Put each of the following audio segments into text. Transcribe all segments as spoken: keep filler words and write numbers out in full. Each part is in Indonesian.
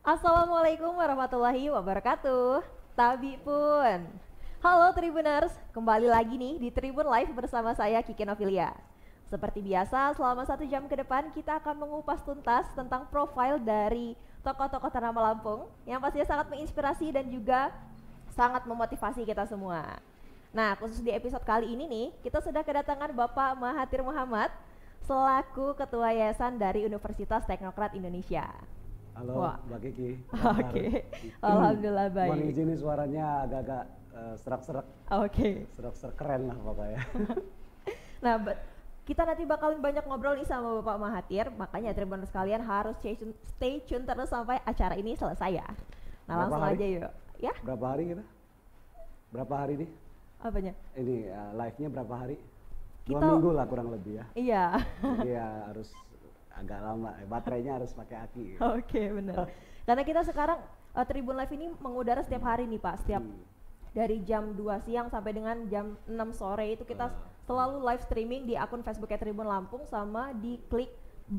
Assalamualaikum warahmatullahi wabarakatuh. Tabi pun. Halo Tribuners, kembali lagi nih di Tribun Live bersama saya Kiki Novilia. Seperti biasa, selama satu jam ke depan kita akan mengupas tuntas tentang profil dari tokoh-tokoh ternama Lampung yang pastinya sangat menginspirasi dan juga sangat memotivasi kita semua. Nah, khusus di episode kali ini nih, kita sudah kedatangan Bapak Mahathir Mohamad selaku Ketua Yayasan dari Universitas Teknokrat Indonesia. Halo Wah. Mbak Kiki. Oke, okay. Alhamdulillah baik. Mohon izin nih suaranya agak-agak uh, serak-serak. Oke. Okay. Serak-serak keren lah pokoknya. Nah, kita nanti bakalan banyak ngobrol nih sama Bapak Mahathir, makanya Tribuners sekalian harus stay tune, stay tune terus sampai acara ini selesai ya. Nah, Berapa langsung hari? aja yuk. Ya? Berapa hari kita? Berapa hari nih? Apanya? Ini uh, live-nya berapa hari? Dua Kita- minggu lah kurang lebih ya. Iya. Jadi ya harus agak lama, eh, baterainya harus pakai aki. Oke, benar. Karena kita sekarang uh, Tribun Live ini mengudara setiap hari nih Pak, setiap Hmm. dari jam dua siang sampai dengan jam enam sore itu kita Ah. selalu live streaming di akun Facebooknya Tribun Lampung sama di klik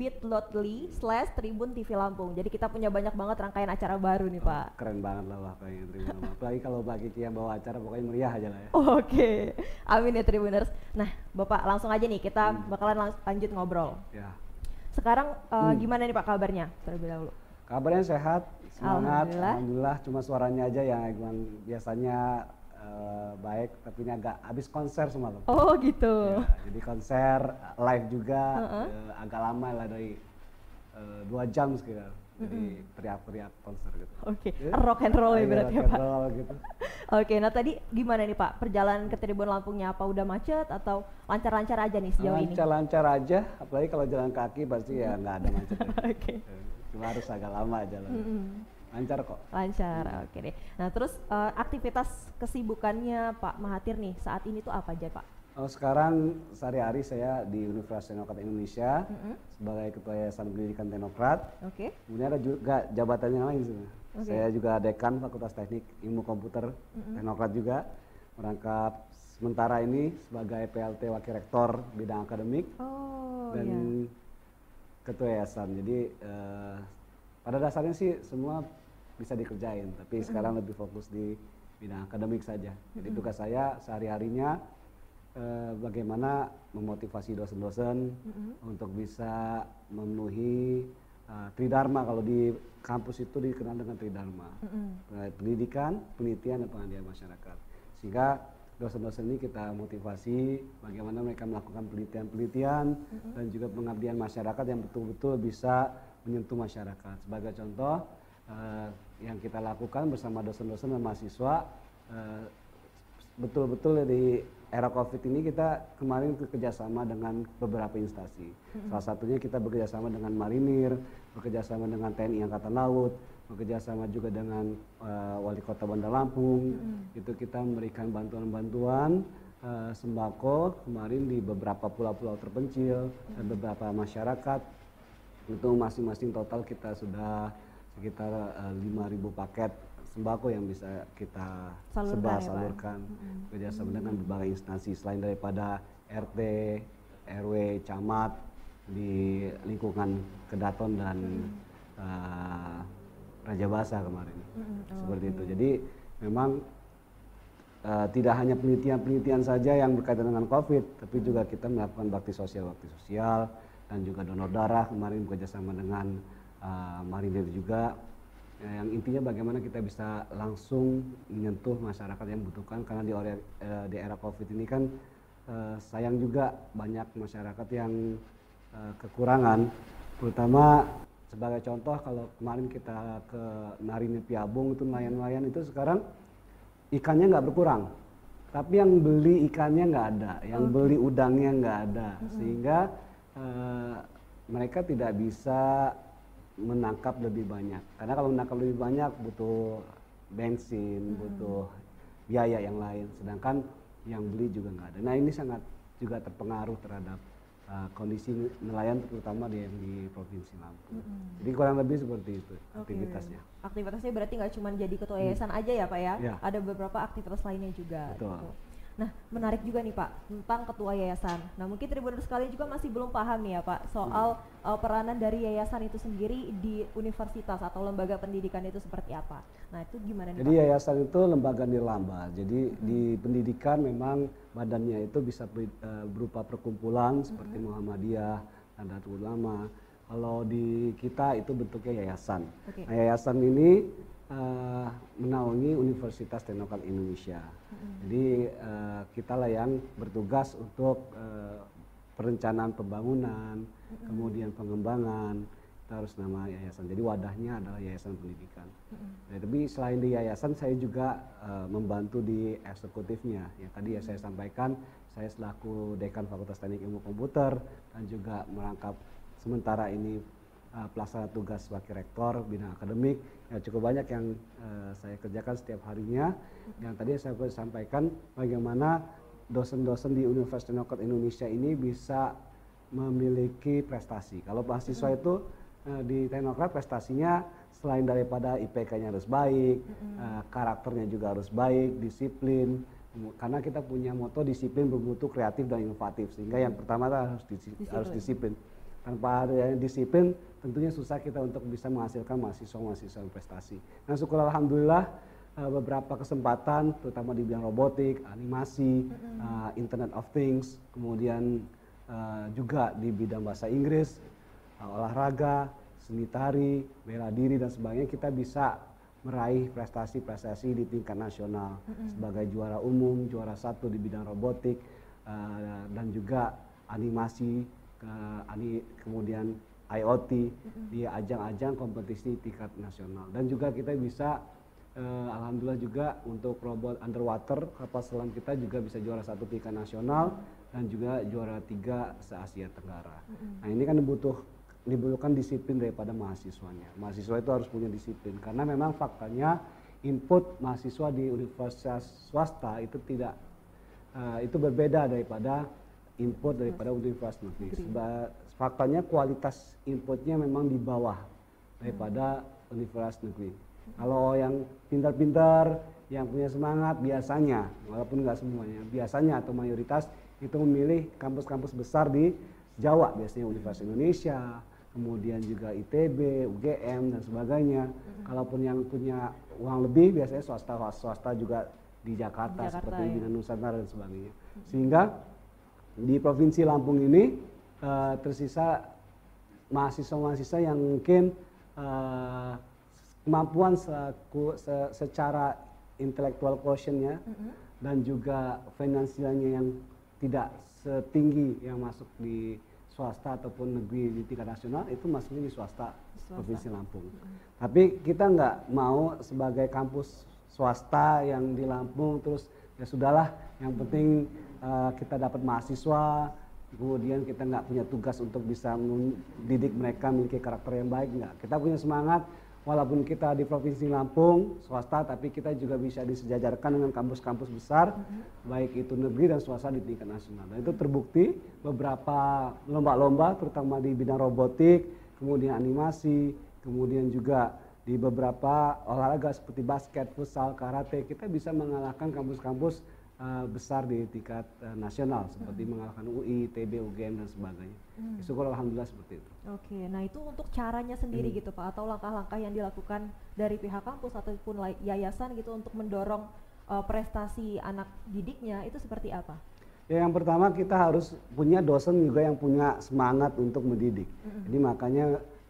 bit.ly slash Tribun T V Lampung. Jadi kita punya banyak banget rangkaian acara baru nih Pak. Keren banget lah pokoknya Tribun Lampung. Apalagi kalau Mbak Kiki yang bawa acara pokoknya meriah aja lah ya. Oke, amin ya Tribuners. Nah Bapak langsung aja nih kita Hmm. bakalan lang- lanjut ngobrol. Ya. Sekarang uh, Hmm. gimana nih Pak kabarnya terlebih dahulu? Kabarnya sehat, semangat, Alhamdulillah. alhamdulillah. Cuma suaranya aja yang emang biasanya eh, baik, tapi ini agak habis konser semalam. Oh gitu. Ya, jadi konser live juga Uh-uh. eh, agak lama lah dari eh, dua jam sekitar. Jadi teriak-teriak konser gitu. Oke, Ya, rock and roll ya iya, berarti ya rock and Pak. roll gitu. Oke, nah tadi gimana nih Pak perjalanan ke Tribun Lampungnya, apa udah macet atau lancar-lancar aja nih sejauh ini? Lancar-lancar aja, apalagi kalau jalan kaki pasti ya nggak ada macet. ya. Oke. Eh, Cuma harus agak lama jalan. Mm-mm. Lancar kok. Lancar, oke deh. Nah terus eh, aktivitas kesibukannya Pak Mahathir nih saat ini tuh apa aja Pak? Oh, sekarang sehari-hari saya di Universitas Teknokrat Indonesia Mm-mm. sebagai Ketua Yayasan Pendidikan Teknokrat. Oke. Kemudian ada juga jabatannya lain sebenarnya. Oke. Saya juga Dekan Fakultas Teknik Ilmu Komputer Teknokrat juga. Merangkap sementara ini sebagai P L T Wakil Rektor bidang akademik Oh dan iya. Ketua Yayasan. Jadi eh, pada dasarnya sih semua bisa dikerjain, tapi sekarang lebih fokus di bidang akademik saja. Jadi tugas saya sehari-harinya eh, bagaimana memotivasi dosen-dosen untuk bisa memenuhi eh, Tridharma. Kalau di kampus itu dikenal dengan Tridharma, Mm-mm. Eh, pendidikan, penelitian, dan pengabdian masyarakat. Sehingga dosen-dosen ini kita motivasi bagaimana mereka melakukan penelitian-penelitian dan juga pengabdian masyarakat yang betul-betul bisa menyentuh masyarakat. Sebagai contoh, eh, yang kita lakukan bersama dosen-dosen dan mahasiswa, eh, betul-betul di era COVID ini kita kemarin bekerjasama dengan beberapa instansi. Salah satunya kita bekerjasama dengan Marinir, bekerjasama dengan T N I Angkatan Laut, bekerjasama juga dengan eh, Wali Kota Bandar Lampung. Itu kita memberikan bantuan-bantuan eh, sembako kemarin di beberapa pulau-pulau terpencil dan beberapa masyarakat. Itu masing-masing total kita sudah sekitar eh, lima ribu paket sembako yang bisa kita Salurkan sebar ya, Pak? salurkan kerjasama dengan berbagai instansi selain daripada R T, R W, camat di lingkungan Kedaton dan eh, Raja Basa kemarin. Seperti itu. Jadi memang eh, tidak hanya penelitian-penelitian saja yang berkaitan dengan COVID, tapi juga kita melakukan bakti sosial, bakti sosial dan juga donor darah kemarin bekerjasama dengan eh, Marinir juga. Ya, yang intinya bagaimana kita bisa langsung menyentuh masyarakat yang membutuhkan, karena di, ore- eh, di era COVID ini kan eh, sayang juga banyak masyarakat yang eh, kekurangan, terutama sebagai contoh kalau kemarin kita ke Marinir Piabung itu nelayan-nelayan itu sekarang ikannya nggak berkurang, tapi yang beli ikannya nggak ada, yang beli udangnya nggak ada, sehingga eh, mereka tidak bisa menangkap lebih banyak. Karena kalau menangkap lebih banyak butuh bensin, butuh biaya yang lain. Sedangkan yang beli juga nggak ada. Nah ini sangat juga terpengaruh terhadap uh, kondisi nelayan terutama di yang di Provinsi Lampung. Jadi kurang lebih seperti itu aktivitasnya. Aktivitasnya berarti nggak cuma jadi ketua yayasan aja ya Pak ya? Ya. Ada beberapa aktivitas lainnya juga. Betul. gitu. Nah, menarik juga nih Pak tentang ketua yayasan. Nah, mungkin Tribuners sekalian juga masih belum paham nih ya Pak soal hmm. uh, peranan dari yayasan itu sendiri di universitas atau lembaga pendidikan itu seperti apa. Nah, itu gimana nih Jadi Pak? yayasan itu lembaga nirlaba. Jadi hmm. di pendidikan memang badannya itu bisa berupa perkumpulan seperti hmm. Muhammadiyah, Nahdlatul Ulama. Kalau di kita itu bentuknya yayasan. Okay. Nah, yayasan ini Uh, menaungi Universitas Teknokrat Indonesia. Mm-hmm. Jadi uh, kita lah yang bertugas untuk uh, perencanaan pembangunan, mm-hmm. kemudian pengembangan, kita harus nama yayasan. Jadi wadahnya adalah yayasan pendidikan. Mm-hmm. Nah, tapi selain di yayasan, saya juga uh, membantu di eksekutifnya. Yang tadi ya saya sampaikan, saya selaku Dekan Fakultas Teknik Ilmu Komputer dan juga merangkap sementara ini Uh, pelaksana tugas wakil rektor bidang akademik. Ya, cukup banyak yang uh, saya kerjakan setiap harinya. Yang tadi saya sampaikan bagaimana dosen-dosen di Universitas Teknokrat Indonesia ini bisa memiliki prestasi. Kalau mahasiswa itu uh, di Teknokrat prestasinya selain daripada I P K-nya harus baik, uh, karakternya juga harus baik, disiplin. Karena kita punya moto disiplin bermutu kreatif dan inovatif. Sehingga yang pertama harus disiplin. harus disiplin. Tanpa ada disiplin tentunya susah kita untuk bisa menghasilkan mahasiswa-mahasiswa yang prestasi. Nah, syukur alhamdulillah beberapa kesempatan terutama di bidang robotik, animasi, mm-hmm. uh, Internet of Things, kemudian uh, juga di bidang bahasa Inggris, uh, olahraga, seni tari, bela diri dan sebagainya kita bisa meraih prestasi-prestasi di tingkat nasional mm-hmm. sebagai juara umum, juara satu di bidang robotik uh, dan juga animasi. Uh, kemudian I O T mm-hmm. di ajang-ajang kompetisi tingkat nasional dan juga kita bisa uh, alhamdulillah juga untuk robot underwater kapal selam kita juga bisa juara satu tingkat nasional mm-hmm. dan juga juara tiga se Asia Tenggara. Mm-hmm. Nah ini kan dibutuh dibutuhkan disiplin daripada mahasiswanya. Mahasiswa itu harus punya disiplin karena memang faktanya input mahasiswa di universitas swasta itu tidak uh, itu berbeda daripada input daripada universitas negeri. Faktanya kualitas inputnya memang di bawah daripada hmm. universitas negeri. Hmm. Kalau yang pintar-pintar, yang punya semangat biasanya, walaupun nggak semuanya, biasanya atau mayoritas itu memilih kampus-kampus besar di Jawa, biasanya Universitas Indonesia, kemudian juga I T B, U G M dan sebagainya. Hmm. Kalaupun yang punya uang lebih, biasanya swasta, swasta juga di Jakarta, Jakarta seperti ya. Bina Nusantara dan sebagainya. Hmm. Sehingga di Provinsi Lampung ini uh, tersisa mahasiswa-mahasiswa yang mungkin uh, kemampuan selaku, se, secara intelektual quotient-nya mm-hmm. dan juga finansialnya yang tidak setinggi yang masuk di swasta ataupun negeri di tingkat nasional itu masuknya di swasta, swasta. Provinsi Lampung. Mm-hmm. Tapi kita nggak mau sebagai kampus swasta yang di Lampung terus ya sudahlah yang penting uh, kita dapat mahasiswa, kemudian kita nggak punya tugas untuk bisa mendidik mereka memiliki karakter yang baik, nggak. Kita punya semangat, walaupun kita di Provinsi Lampung, swasta, tapi kita juga bisa disejajarkan dengan kampus-kampus besar, mm-hmm. baik itu negeri dan swasta di tingkat nasional. Dan itu terbukti beberapa lomba-lomba, terutama di bidang robotik, kemudian animasi, kemudian juga di beberapa olahraga seperti basket, futsal, karate, kita bisa mengalahkan kampus-kampus uh, besar di tingkat uh, nasional seperti hmm. mengalahkan U I, I T B, U G M dan sebagainya. Hmm. Syukur alhamdulillah seperti itu. Oke, nah itu untuk caranya sendiri hmm. gitu Pak, atau langkah-langkah yang dilakukan dari pihak kampus ataupun yayasan gitu untuk mendorong uh, prestasi anak didiknya itu seperti apa? Ya, yang pertama kita harus punya dosen juga yang punya semangat untuk mendidik. Hmm. Jadi makanya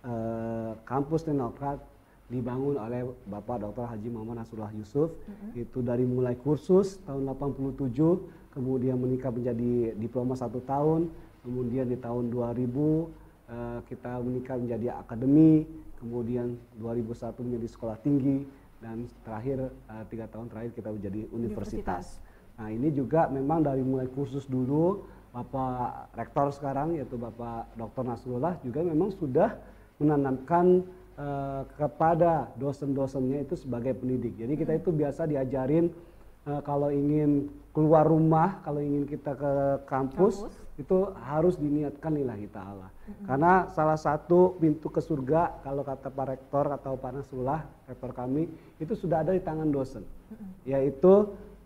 uh, kampus Teknokrat dibangun oleh Bapak Doktor Haji Muhammad Nasrullah Yusuf, mm-hmm. itu dari mulai kursus tahun delapan puluh tujuh, kemudian menikah menjadi diploma satu tahun, kemudian di tahun dua ribu uh, kita menikah menjadi akademi, kemudian dua ribu satu menjadi sekolah tinggi, dan terakhir uh, tiga tahun terakhir kita menjadi universitas. universitas. Nah ini juga memang dari mulai kursus dulu, Bapak Rektor sekarang yaitu Bapak Doktor Nasrullah juga memang sudah menanamkan Uh, kepada dosen-dosennya itu sebagai pendidik. Jadi kita itu biasa diajarin uh, kalau ingin keluar rumah, kalau ingin kita ke kampus, kampus. itu harus diniatkan lillahi ta'ala. Mm-hmm. Karena salah satu pintu ke surga kalau kata Pak Rektor atau Pak Nasrullah, rektor kami, itu sudah ada di tangan dosen. Mm-hmm. Yaitu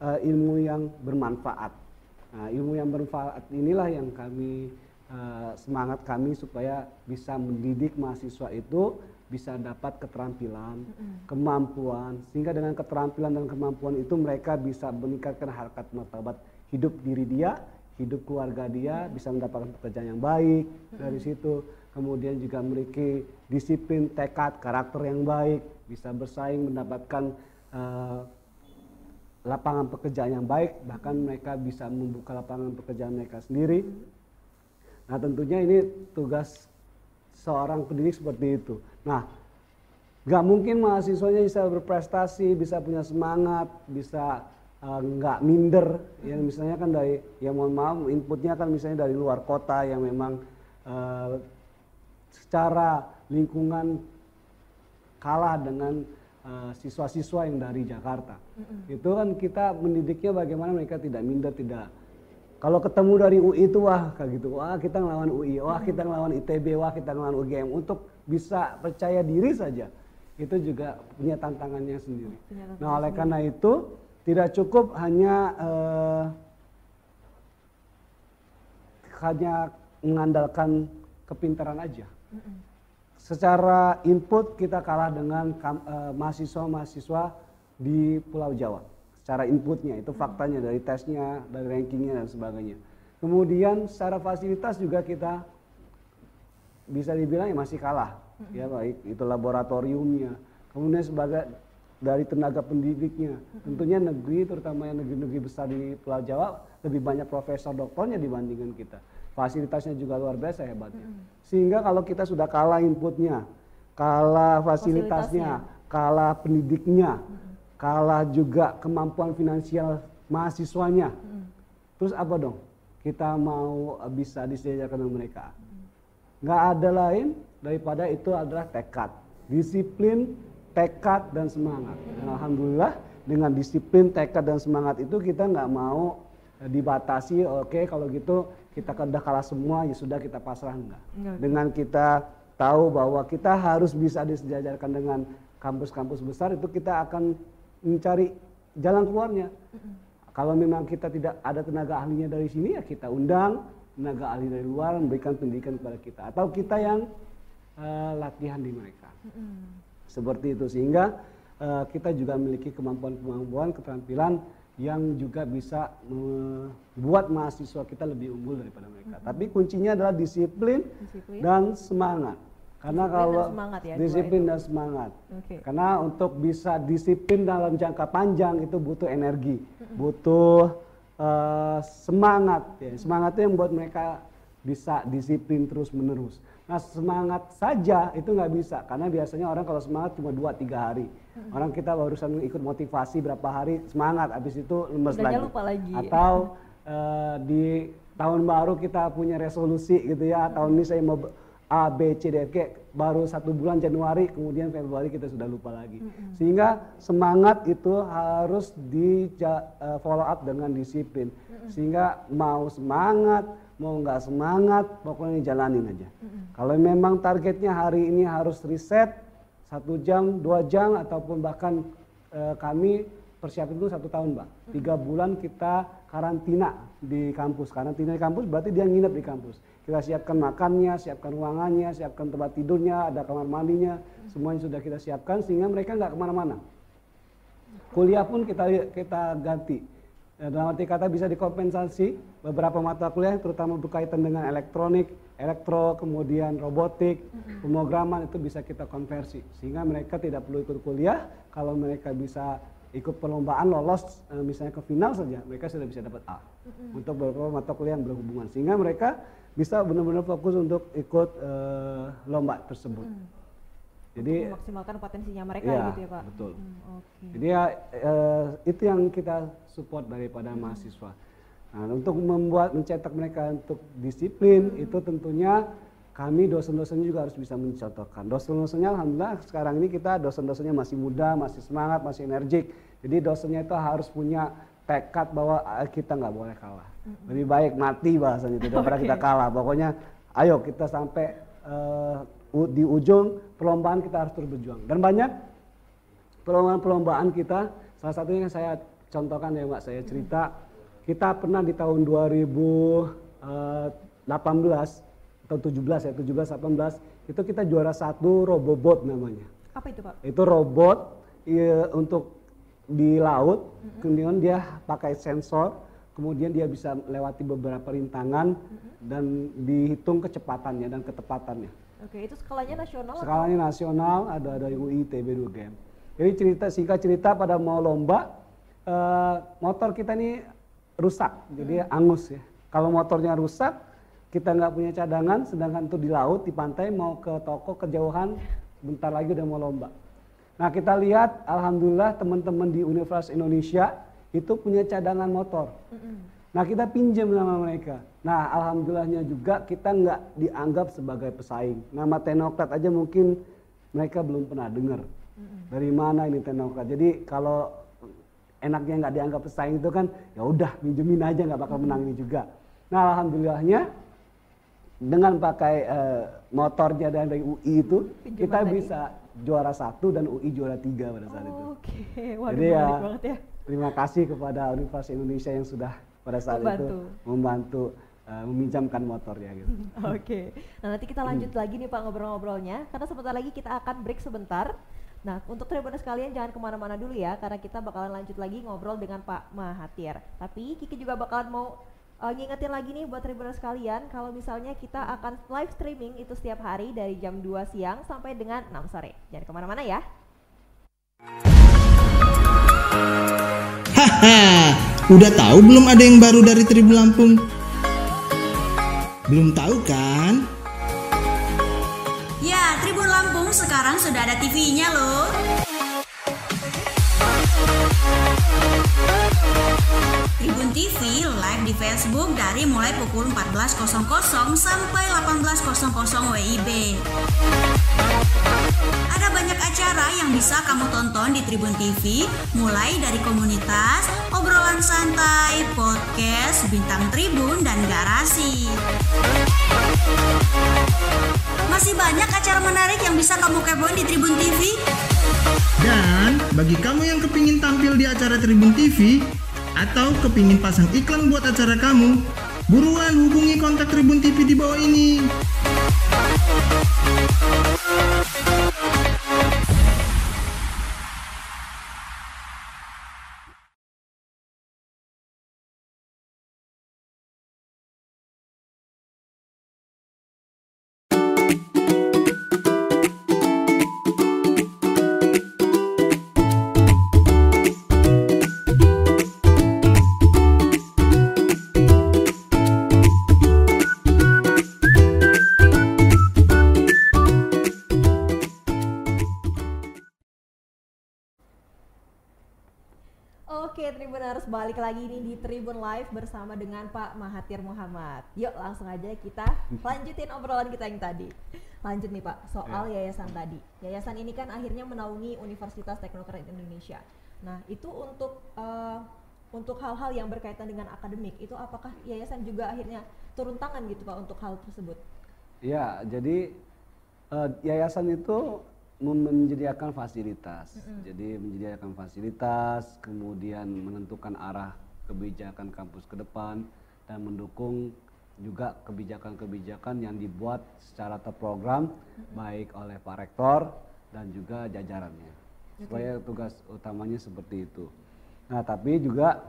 uh, ilmu yang bermanfaat. Nah, ilmu yang bermanfaat inilah yang kami uh, semangat kami supaya bisa mendidik mahasiswa itu bisa dapat keterampilan, mm-hmm. kemampuan, sehingga dengan keterampilan dan kemampuan itu mereka bisa meningkatkan harkat martabat hidup diri dia, hidup keluarga dia, bisa mendapatkan pekerjaan yang baik mm-hmm. dari situ. Kemudian juga memiliki disiplin, tekad, karakter yang baik, bisa bersaing mendapatkan uh, lapangan pekerjaan yang baik, bahkan mereka bisa membuka lapangan pekerjaan mereka sendiri. Nah, tentunya ini tugas seorang pendidik seperti itu. Nah, nggak mungkin mahasiswanya bisa berprestasi, bisa punya semangat, bisa uh, nggak minder. Yang misalnya kan dari, ya mohon maaf, inputnya kan misalnya dari luar kota yang memang uh, secara lingkungan kalah dengan uh, siswa-siswa yang dari Jakarta. Mm-hmm. Itu kan kita mendidiknya bagaimana mereka tidak minder, tidak. Kalau ketemu dari U I itu wah kayak gitu, wah kita ngelawan U I, wah kita ngelawan I T B, wah kita ngelawan U G M. Untuk bisa percaya diri saja, itu juga punya tantangannya sendiri. Punya tantangan nah oleh sendiri. Karena itu tidak cukup hanya uh, hanya mengandalkan kepintaran aja. Mm-mm. Secara input kita kalah dengan uh, mahasiswa-mahasiswa di Pulau Jawa. Secara inputnya, itu faktanya dari tesnya, dari rankingnya dan sebagainya. Kemudian secara fasilitas juga kita bisa dibilang ya masih kalah, mm-hmm. ya baik itu laboratoriumnya, kemudian sebagai dari tenaga pendidiknya, mm-hmm. tentunya negeri terutama yang negeri-negeri besar di Pulau Jawa lebih banyak profesor doktornya dibandingkan kita. Fasilitasnya juga luar biasa hebatnya. Mm-hmm. Sehingga kalau kita sudah kalah inputnya, kalah fasilitasnya, fasilitasnya. kalah pendidiknya, mm-hmm. kalah juga kemampuan finansial mahasiswanya. Hmm. Terus apa dong? Kita mau bisa disejajarkan dengan mereka. Hmm. Nggak ada lain daripada itu adalah tekad. Disiplin, tekad, dan semangat. Dan alhamdulillah dengan disiplin, tekad, dan semangat itu kita nggak mau dibatasi. Oke, kalau gitu kita udah kalah semua, ya sudah kita pasrah. Enggak. Hmm. Dengan kita tahu bahwa kita harus bisa disejajarkan dengan kampus-kampus besar, itu kita akan mencari jalan keluarnya. Mm-hmm. Kalau memang kita tidak ada tenaga ahlinya dari sini, ya kita undang tenaga ahli dari luar memberikan pendidikan kepada kita, atau kita yang uh, latihan di mereka. Mm-hmm. Seperti itu, sehingga uh, kita juga memiliki kemampuan-kemampuan, keterampilan yang juga bisa membuat mahasiswa kita lebih unggul daripada mereka. Mm-hmm. Tapi kuncinya adalah disiplin, disiplin. dan semangat. Karena disiplin kalau dan semangat ya, disiplin dan semangat, okay. karena untuk bisa disiplin dalam jangka panjang itu butuh energi, mm-hmm. butuh uh, semangat. Ya. Semangat itu yang membuat mereka bisa disiplin terus menerus. Nah semangat saja itu nggak bisa, karena biasanya orang kalau semangat cuma dua tiga hari. Mm-hmm. Orang kita barusan ikut motivasi berapa hari semangat, habis itu lemes lagi. Lupa lagi. Atau uh, di tahun baru kita punya resolusi gitu ya, mm-hmm. tahun ini saya mau A, B, C, D, F, G, baru satu bulan Januari, kemudian Februari kita sudah lupa lagi. Mm-hmm. Sehingga semangat itu harus di uh, follow up dengan disiplin. Mm-hmm. Sehingga mau semangat, mau nggak semangat, pokoknya jalanin aja. Mm-hmm. Kalau memang targetnya hari ini harus riset, satu jam, dua jam, ataupun bahkan uh, kami persiapan itu satu tahun, Mbak. Mm-hmm. Tiga bulan kita karantina di kampus. Karantina di kampus berarti dia nginep di kampus. Kita siapkan makannya, siapkan ruangannya, siapkan tempat tidurnya, ada kamar mandinya, semuanya sudah kita siapkan sehingga mereka nggak kemana-mana. Kuliah pun kita kita ganti. Dalam arti kata bisa dikompensasi beberapa mata kuliah, terutama berkaitan dengan elektronik, elektro, kemudian robotik, pemrograman itu bisa kita konversi. Sehingga mereka tidak perlu ikut kuliah, kalau mereka bisa ikut perlombaan lolos misalnya ke final saja, mereka sudah bisa dapat A. Mm-hmm. Untuk beberapa mata kuliah yang berhubungan. Sehingga mereka bisa benar-benar fokus untuk ikut uh, lomba tersebut. Hmm. Jadi untuk memaksimalkan potensinya mereka ya, gitu ya Pak. Betul. Hmm, okay. Jadi ya uh, itu yang kita support daripada hmm. mahasiswa. Nah, untuk membuat mencetak mereka untuk disiplin hmm. itu tentunya kami dosen-dosennya juga harus bisa mencontohkan. Dosen-dosennya alhamdulillah sekarang ini kita dosen-dosennya masih muda, masih semangat, masih energik. Jadi dosennya itu harus punya tekad bahwa kita nggak boleh kalah. Mm-hmm. Lebih baik mati bahasanya itu daripada okay. kita kalah. Pokoknya ayo kita sampai uh, di ujung perlombaan kita harus terus berjuang. Dan banyak perlombaan-perlombaan kita, salah satunya yang saya contohkan ya Mbak, saya cerita, kita pernah di tahun dua ribu delapan belas atau tujuh belas ya, tujuh belas delapan belas itu kita juara satu Robobot namanya. Apa itu Pak? Itu robot ya, untuk di laut, mm-hmm. kemudian dia pakai sensor, kemudian dia bisa melewati beberapa rintangan mm-hmm. dan dihitung kecepatannya dan ketepatannya. Oke, itu skalanya nasional? Skalanya atau? Nasional, ada ada U I, I T B, U G M. Jadi cerita singkat cerita pada mau lomba, uh, motor kita ini rusak, jadi angus ya. Kalau motornya rusak, kita nggak punya cadangan, sedangkan itu di laut, di pantai, mau ke toko kejauhan, bentar lagi udah mau lomba. Nah kita lihat, alhamdulillah teman-teman di Universitas Indonesia itu punya cadangan motor. Nah kita pinjam sama mereka. Nah alhamdulillahnya juga kita nggak dianggap sebagai pesaing. Nama teknokrat aja mungkin mereka belum pernah dengar. Dari mana ini teknokrat? Jadi kalau enaknya nggak dianggap pesaing itu kan ya udah minjemin aja nggak bakal menang ini juga. Nah alhamdulillahnya dengan pakai uh, motornya dari U I itu pinjaman kita lagi bisa juara satu dan U I juara tiga pada saat oh, itu. Oke, okay. Waduh, jadi ya, banget ya. Terima kasih kepada Universitas Indonesia yang sudah pada saat membantu. itu membantu uh, meminjamkan motornya gitu. Oke, okay. Nah nanti kita lanjut hmm. lagi nih Pak ngobrol-ngobrolnya karena sebentar lagi kita akan break sebentar. Nah, untuk Tribuners sekalian jangan kemana-mana dulu ya, karena kita bakalan lanjut lagi ngobrol dengan Pak Mahathir. Tapi Kiki juga bakalan mau uh, ngingetin lagi nih buat Tribuners sekalian, kalau misalnya kita akan live streaming itu setiap hari dari jam dua siang sampai dengan enam sore. Jangan kemana-mana ya. Haha, udah tahu belum ada yang baru dari Tribun Lampung? Belum tahu kan? Ya, Tribun Lampung sekarang sudah ada T V-nya loh. Tribun T V live di Facebook dari mulai pukul empat belas sampai delapan belas W I B. Ada banyak acara yang bisa kamu tonton di Tribun T V, mulai dari komunitas, obrolan santai, podcast, bintang tribun, dan garasi. Masih banyak acara menarik yang bisa kamu kepoin di Tribun T V. Dan bagi kamu yang kepingin tampil di acara Tribun T V atau kepingin pasang iklan buat acara kamu, buruan hubungi kontak Tribun T V di bawah ini. Oke, Tribuners, balik lagi nih di Tribun Live bersama dengan Pak Mahathir Muhammad. Yuk langsung aja kita lanjutin obrolan kita yang tadi. Lanjut nih Pak, soal ya. yayasan tadi. Yayasan ini kan akhirnya menaungi Universitas Teknokrat Indonesia. Nah, itu untuk uh, untuk hal-hal yang berkaitan dengan akademik, itu apakah yayasan juga akhirnya turun tangan gitu Pak untuk hal tersebut? Ya, jadi uh, yayasan itu menyediakan fasilitas, mm-hmm. jadi menyediakan fasilitas, kemudian menentukan arah kebijakan kampus ke depan dan mendukung juga kebijakan-kebijakan yang dibuat secara terprogram, mm-hmm. baik oleh Pak Rektor dan juga jajarannya. Okay. Supaya tugas utamanya seperti itu. Nah, tapi juga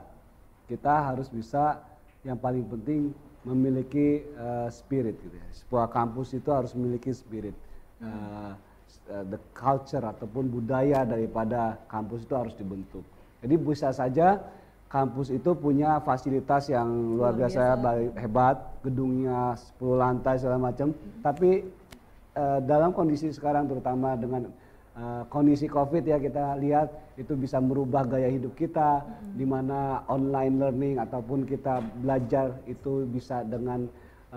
kita harus bisa yang paling penting memiliki uh, spirit gitu ya. Sebuah kampus itu harus memiliki spirit. Mm-hmm. Uh, the culture ataupun budaya daripada kampus itu harus dibentuk. Jadi bisa saja kampus itu punya fasilitas yang luar biasa, biasa hebat, gedungnya sepuluh lantai segala macam, mm-hmm. tapi uh, dalam kondisi sekarang terutama dengan uh, kondisi Covid ya, kita lihat itu bisa merubah gaya hidup kita, mm-hmm. di mana online learning ataupun kita belajar itu bisa dengan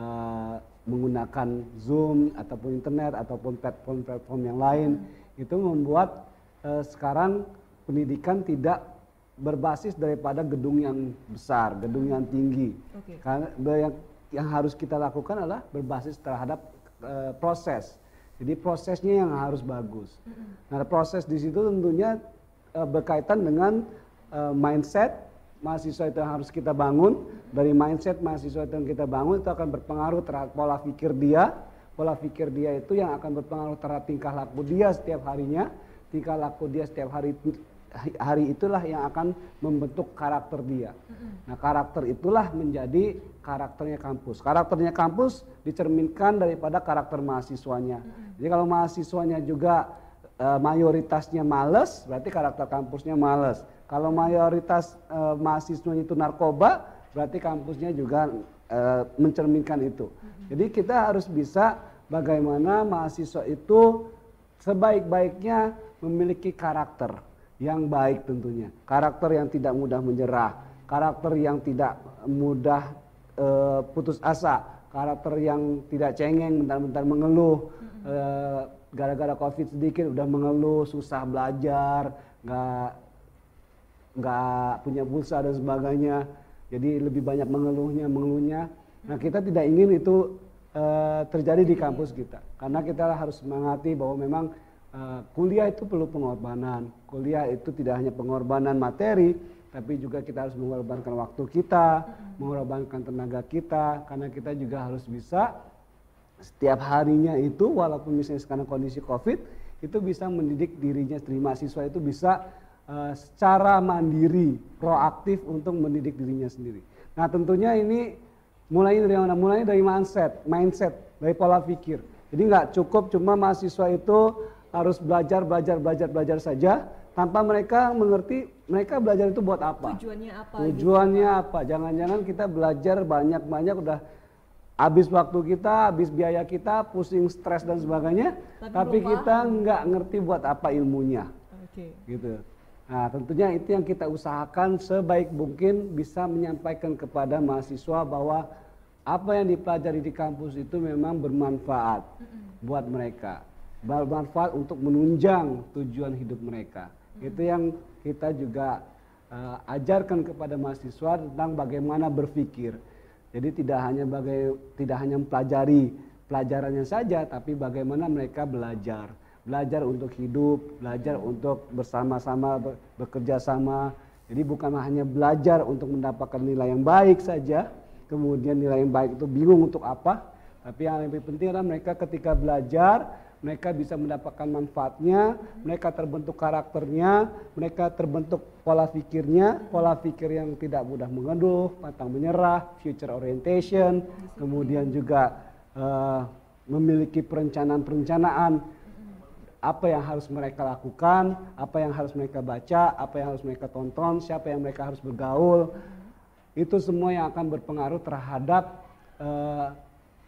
uh, menggunakan Zoom ataupun internet ataupun platform-platform yang lain, hmm. itu membuat uh, sekarang pendidikan tidak berbasis daripada gedung yang besar, gedung yang tinggi. Okay. Karena yang, yang harus kita lakukan adalah berbasis terhadap uh, proses. Jadi prosesnya yang harus bagus. Hmm. Nah, proses di situ tentunya uh, berkaitan dengan uh, mindset mahasiswa itu yang harus kita bangun. Dari mindset mahasiswa itu yang kita bangun itu akan berpengaruh terhadap pola pikir dia. Pola pikir dia itu yang akan berpengaruh terhadap tingkah laku dia setiap harinya. Tingkah laku dia setiap hari hari itulah yang akan membentuk karakter dia. Nah, karakter itulah menjadi karakternya kampus. Karakternya kampus dicerminkan daripada karakter mahasiswanya. Jadi kalau mahasiswanya juga e, mayoritasnya males, berarti karakter kampusnya males. Kalau mayoritas e, mahasiswanya itu narkoba, berarti kampusnya juga e, mencerminkan itu. Jadi kita harus bisa bagaimana mahasiswa itu sebaik-baiknya memiliki karakter yang baik tentunya. Karakter yang tidak mudah menyerah, karakter yang tidak mudah e, putus asa, karakter yang tidak cengeng bentar-bentar mengeluh, e, gara-gara covid sedikit udah mengeluh, susah belajar, nggak nggak punya pulsa dan sebagainya. Jadi lebih banyak mengeluhnya, mengeluhnya. Nah, kita tidak ingin itu e, terjadi di kampus kita, karena kita harus mengingati bahwa memang Uh, kuliah itu perlu pengorbanan. Kuliah itu tidak hanya pengorbanan materi, tapi juga kita harus mengorbankan waktu kita, mengorbankan tenaga kita, karena kita juga harus bisa setiap harinya itu, walaupun misalnya sekarang kondisi COVID, itu bisa mendidik dirinya, diri mahasiswa itu bisa uh, secara mandiri, proaktif untuk mendidik dirinya sendiri. Nah, tentunya ini mulai dari mana? Mulai dari mindset, mindset, dari pola pikir. Jadi nggak cukup cuma mahasiswa itu harus belajar, belajar, belajar, belajar saja tanpa mereka mengerti mereka belajar itu buat apa. Tujuannya apa? Tujuannya gitu, apa? Jangan-jangan kita belajar banyak-banyak udah habis waktu kita, habis biaya kita, pusing, stres dan sebagainya, tapi, tapi kita nggak ngerti buat apa ilmunya. Oke. Gitu. Nah, tentunya itu yang kita usahakan sebaik mungkin bisa menyampaikan kepada mahasiswa bahwa apa yang dipelajari di kampus itu memang bermanfaat mm-hmm. buat mereka. Bermanfaat untuk menunjang tujuan hidup mereka. Hmm. Itu yang kita juga uh, ajarkan kepada mahasiswa tentang bagaimana berpikir. Jadi tidak hanya bagai tidak hanya mempelajari pelajarannya saja, tapi bagaimana mereka belajar, belajar untuk hidup, belajar hmm. untuk bersama-sama ber, bekerja sama. Jadi bukan hanya belajar untuk mendapatkan nilai yang baik saja, kemudian nilai yang baik itu bingung untuk apa, tapi yang lebih penting adalah mereka ketika belajar mereka bisa mendapatkan manfaatnya, mereka terbentuk karakternya, mereka terbentuk pola pikirnya, pola pikir yang tidak mudah mengeluh, pantang menyerah, future orientation, kemudian juga uh, memiliki perencanaan-perencanaan apa yang harus mereka lakukan, apa yang harus mereka baca, apa yang harus mereka tonton, siapa yang mereka harus bergaul. Itu semua yang akan berpengaruh terhadap uh,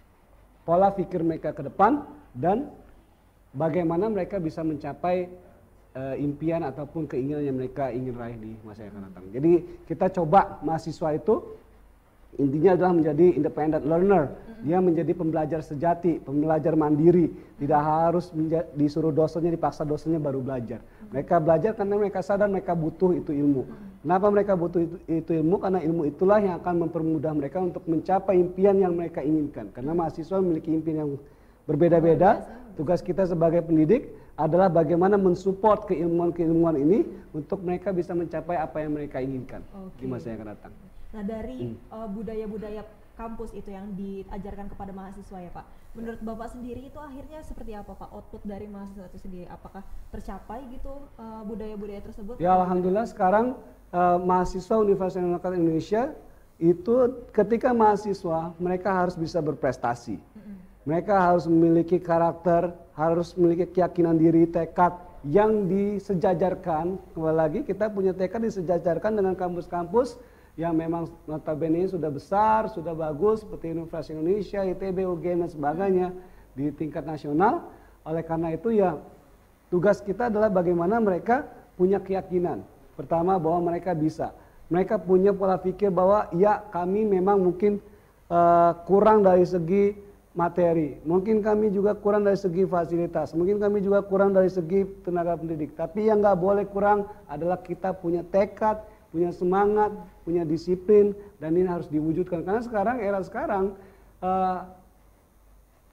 pola pikir mereka ke depan dan bagaimana mereka bisa mencapai uh, impian ataupun keinginan yang mereka ingin raih di masa yang akan datang. Jadi kita coba mahasiswa itu intinya adalah menjadi independent learner. Dia menjadi pembelajar sejati, pembelajar mandiri. Tidak harus disuruh dosennya, dipaksa dosennya baru belajar. Mereka belajar karena mereka sadar mereka butuh itu ilmu. Kenapa mereka butuh itu, itu ilmu? Karena ilmu itulah yang akan mempermudah mereka untuk mencapai impian yang mereka inginkan. Karena mahasiswa memiliki impian yang berbeda-beda. Tugas kita sebagai pendidik adalah bagaimana mensupport keilmuan-keilmuan ini untuk mereka bisa mencapai apa yang mereka inginkan okay. di masa yang akan datang. Nah, dari hmm. uh, budaya-budaya kampus itu yang diajarkan kepada mahasiswa ya Pak, menurut Bapak sendiri itu akhirnya seperti apa Pak output dari mahasiswa itu sendiri? Apakah tercapai gitu uh, budaya-budaya tersebut? Ya alhamdulillah sekarang uh, mahasiswa Universitas Indonesia itu ketika mahasiswa mereka harus bisa berprestasi. Hmm. Mereka harus memiliki karakter, harus memiliki keyakinan diri, tekad yang disejajarkan. Kembali lagi kita punya tekad disejajarkan dengan kampus-kampus yang memang notabene sudah besar, sudah bagus seperti Universitas Indonesia, I T B, U G M dan sebagainya di tingkat nasional. Oleh karena itu ya tugas kita adalah bagaimana mereka punya keyakinan. Pertama bahwa mereka bisa. Mereka punya pola pikir bahwa ya kami memang mungkin uh, kurang dari segi materi, mungkin kami juga kurang dari segi fasilitas, mungkin kami juga kurang dari segi tenaga pendidik. Tapi yang nggak boleh kurang adalah kita punya tekad, punya semangat, punya disiplin, dan ini harus diwujudkan. Karena sekarang era sekarang uh,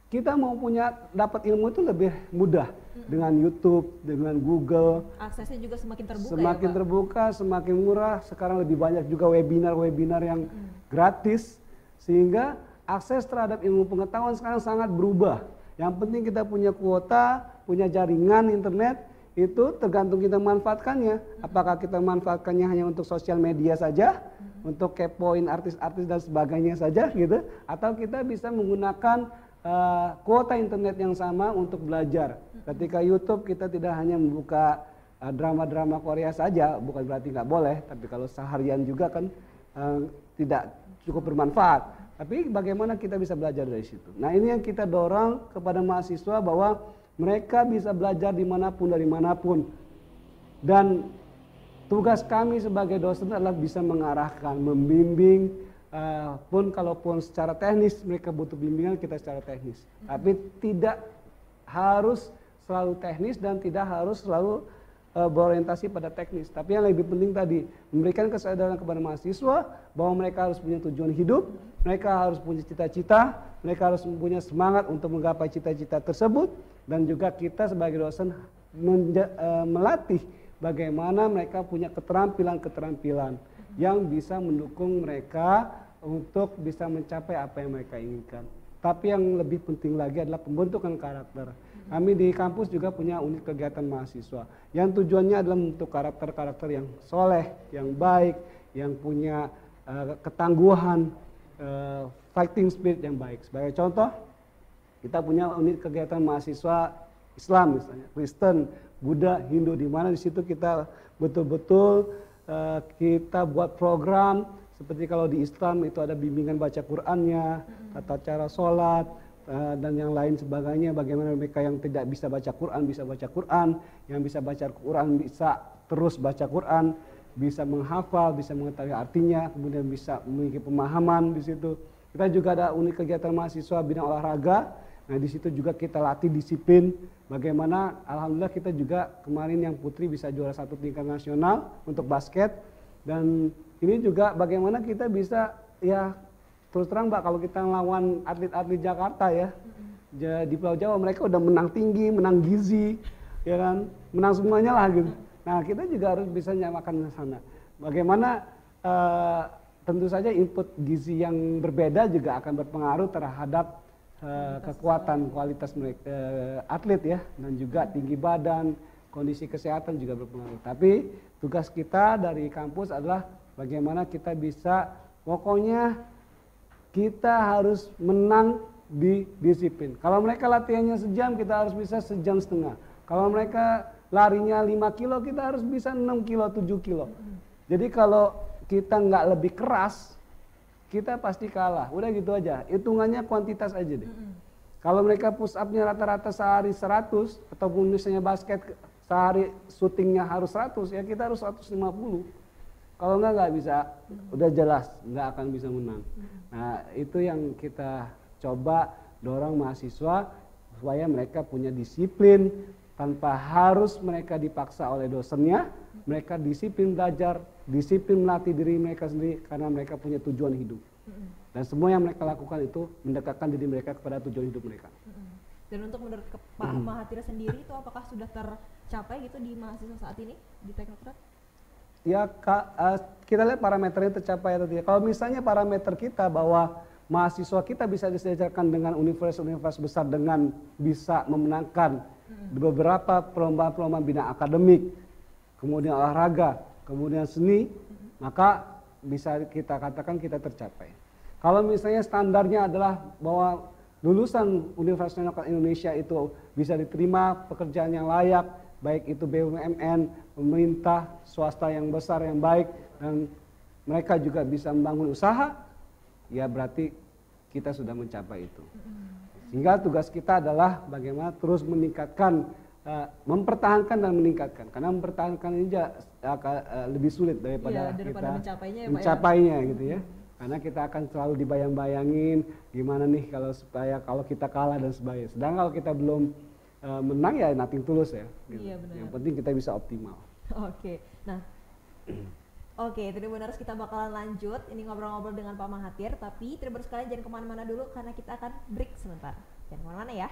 kita mau punya dapat ilmu itu lebih mudah hmm. dengan YouTube, dengan Google. Aksesnya juga semakin terbuka. Semakin ya, terbuka, semakin murah. Sekarang lebih banyak juga webinar-webinar yang hmm. gratis, sehingga akses terhadap ilmu pengetahuan sekarang sangat berubah. Yang penting kita punya kuota, punya jaringan internet, itu tergantung kita manfaatkannya. Apakah kita manfaatkannya hanya untuk sosial media saja, hmm. untuk kepoin artis-artis dan sebagainya saja gitu, atau kita bisa menggunakan uh, kuota internet yang sama untuk belajar. Hmm. Ketika YouTube kita tidak hanya membuka uh, drama-drama Korea saja, bukan berarti nggak boleh, tapi kalau seharian juga kan uh, tidak cukup bermanfaat. Tapi bagaimana kita bisa belajar dari situ. Nah ini yang kita dorong kepada mahasiswa bahwa mereka bisa belajar dimanapun dari manapun. Dan tugas kami sebagai dosen adalah bisa mengarahkan, membimbing, uh, pun kalaupun secara teknis mereka butuh bimbingan, kita secara teknis. Mm-hmm. Tapi tidak harus selalu teknis dan tidak harus selalu uh, berorientasi pada teknis. Tapi yang lebih penting tadi, memberikan kesadaran kepada mahasiswa bahwa mereka harus punya tujuan hidup, mereka harus punya cita-cita, mereka harus punya semangat untuk menggapai cita-cita tersebut, dan juga kita sebagai dosen menja, uh, melatih bagaimana mereka punya keterampilan-keterampilan yang bisa mendukung mereka untuk bisa mencapai apa yang mereka inginkan. Tapi yang lebih penting lagi adalah pembentukan karakter. Kami di kampus juga punya unit kegiatan mahasiswa yang tujuannya adalah membentuk karakter-karakter yang soleh, yang baik, yang punya uh, ketangguhan, Uh, fighting spirit yang baik. Sebagai contoh, kita punya unit kegiatan mahasiswa Islam misalnya, Kristen, Buddha, Hindu, di mana di situ kita betul-betul uh, kita buat program seperti kalau di Islam itu ada bimbingan baca Qur'annya, tata cara sholat, uh, dan yang lain sebagainya. Bagaimana mereka yang tidak bisa baca Qur'an bisa baca Qur'an, yang bisa baca Qur'an bisa terus baca Qur'an, bisa menghafal, bisa mengetahui artinya, kemudian bisa memiliki pemahaman di situ. Kita juga ada unit kegiatan mahasiswa bidang olahraga. Nah di situ juga kita latih disiplin. Bagaimana, alhamdulillah kita juga kemarin yang putri bisa juara satu tingkat nasional untuk basket. Dan ini juga bagaimana kita bisa, ya terus terang Mbak, kalau kita lawan atlet-atlet Jakarta ya, di Pulau Jawa mereka udah menang tinggi, menang gizi, ya kan, menang semuanya lah gitu. Nah kita juga harus bisa nyamakan ke sana. Bagaimana uh, tentu saja input gizi yang berbeda juga akan berpengaruh terhadap uh, kekuatan kualitas mereka, uh, atlet ya, dan juga tinggi badan, kondisi kesehatan juga berpengaruh. Tapi tugas kita dari kampus adalah bagaimana kita bisa, pokoknya kita harus menang di disiplin. Kalau mereka latihannya sejam, kita harus bisa sejam setengah. Kalau mereka larinya lima kilo, kita harus bisa enam kilo, tujuh kilo. Jadi kalau kita nggak lebih keras, kita pasti kalah. Udah gitu aja, hitungannya kuantitas aja deh. Kalau mereka push up-nya rata-rata sehari seratus, ataupun misalnya basket sehari syutingnya harus seratus, ya kita harus seratus lima puluh. Kalau nggak, nggak bisa, udah jelas nggak akan bisa menang. Nah itu yang kita coba dorong mahasiswa, supaya mereka punya disiplin, tanpa harus mereka dipaksa oleh dosennya, mereka disiplin belajar, disiplin melatih diri mereka sendiri karena mereka punya tujuan hidup. Dan semua yang mereka lakukan itu mendekatkan diri mereka kepada tujuan hidup mereka. Dan untuk menurut Pak Mahathir sendiri itu apakah sudah tercapai gitu di mahasiswa saat ini di Teknokrat? Ya uh, kita lihat parameternya tercapai atau tidak. Kalau misalnya parameter kita bahwa mahasiswa kita bisa disejajarkan dengan universitas-universitas besar dengan bisa memenangkan di beberapa perlombaan-perlombaan bidang akademik, kemudian olahraga, kemudian seni, maka bisa kita katakan kita tercapai. Kalau misalnya standarnya adalah bahwa lulusan Universitas Teknokrat Indonesia itu bisa diterima pekerjaan yang layak, baik itu B U M N, pemerintah, swasta yang besar yang baik, dan mereka juga bisa membangun usaha, ya berarti kita sudah mencapai itu. Sehingga tugas kita adalah bagaimana terus meningkatkan, uh, mempertahankan dan meningkatkan. Karena mempertahankan ini aja, uh, lebih sulit daripada, ya, daripada kita mencapainya, ya, mencapainya ya, gitu ya. Karena kita akan selalu dibayang-bayangin gimana nih kalau supaya kalau kita kalah dan sebagainya. Sedangkan kalau kita belum uh, menang ya nothing tulus ya. Gitu. Iya, benar. Yang penting kita bisa optimal. Oke, nah. Oke, Tribuners, kita bakalan lanjut ini ngobrol-ngobrol dengan Pak Mahathir, tapi Tribuners sekalian jangan kemana-mana dulu karena kita akan break sebentar. Jangan kemana-mana ya.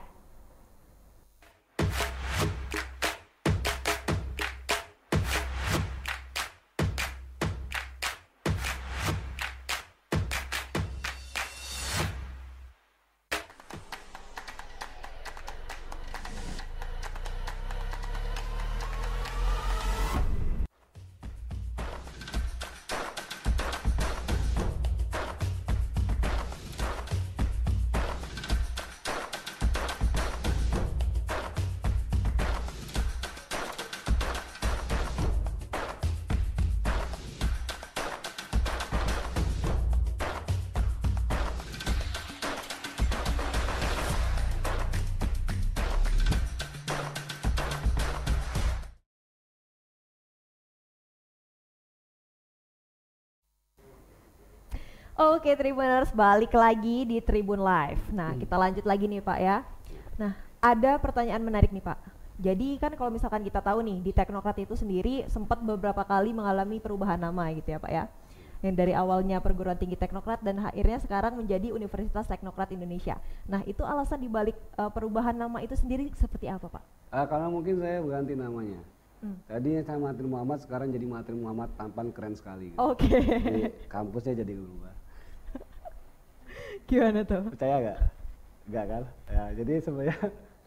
Oke Tribuners, balik lagi di Tribun Live. Nah, hmm. kita lanjut lagi nih Pak ya. Nah, ada pertanyaan menarik nih Pak. Jadi kan kalau misalkan kita tahu nih, di Teknokrat itu sendiri sempat beberapa kali mengalami perubahan nama gitu ya Pak ya. Yang dari awalnya perguruan tinggi Teknokrat dan akhirnya sekarang menjadi Universitas Teknokrat Indonesia. Nah, itu alasan dibalik uh, perubahan nama itu sendiri seperti apa Pak? Uh, karena mungkin saya ganti namanya. Hmm. Tadinya saya Mahathir Muhammad, sekarang jadi Mahathir Muhammad, tampan keren sekali. Gitu. Oke. Okay. Jadi kampusnya jadi berubah. Gimana tuh? Percaya gak? Enggak kan? Ya, jadi sebenarnya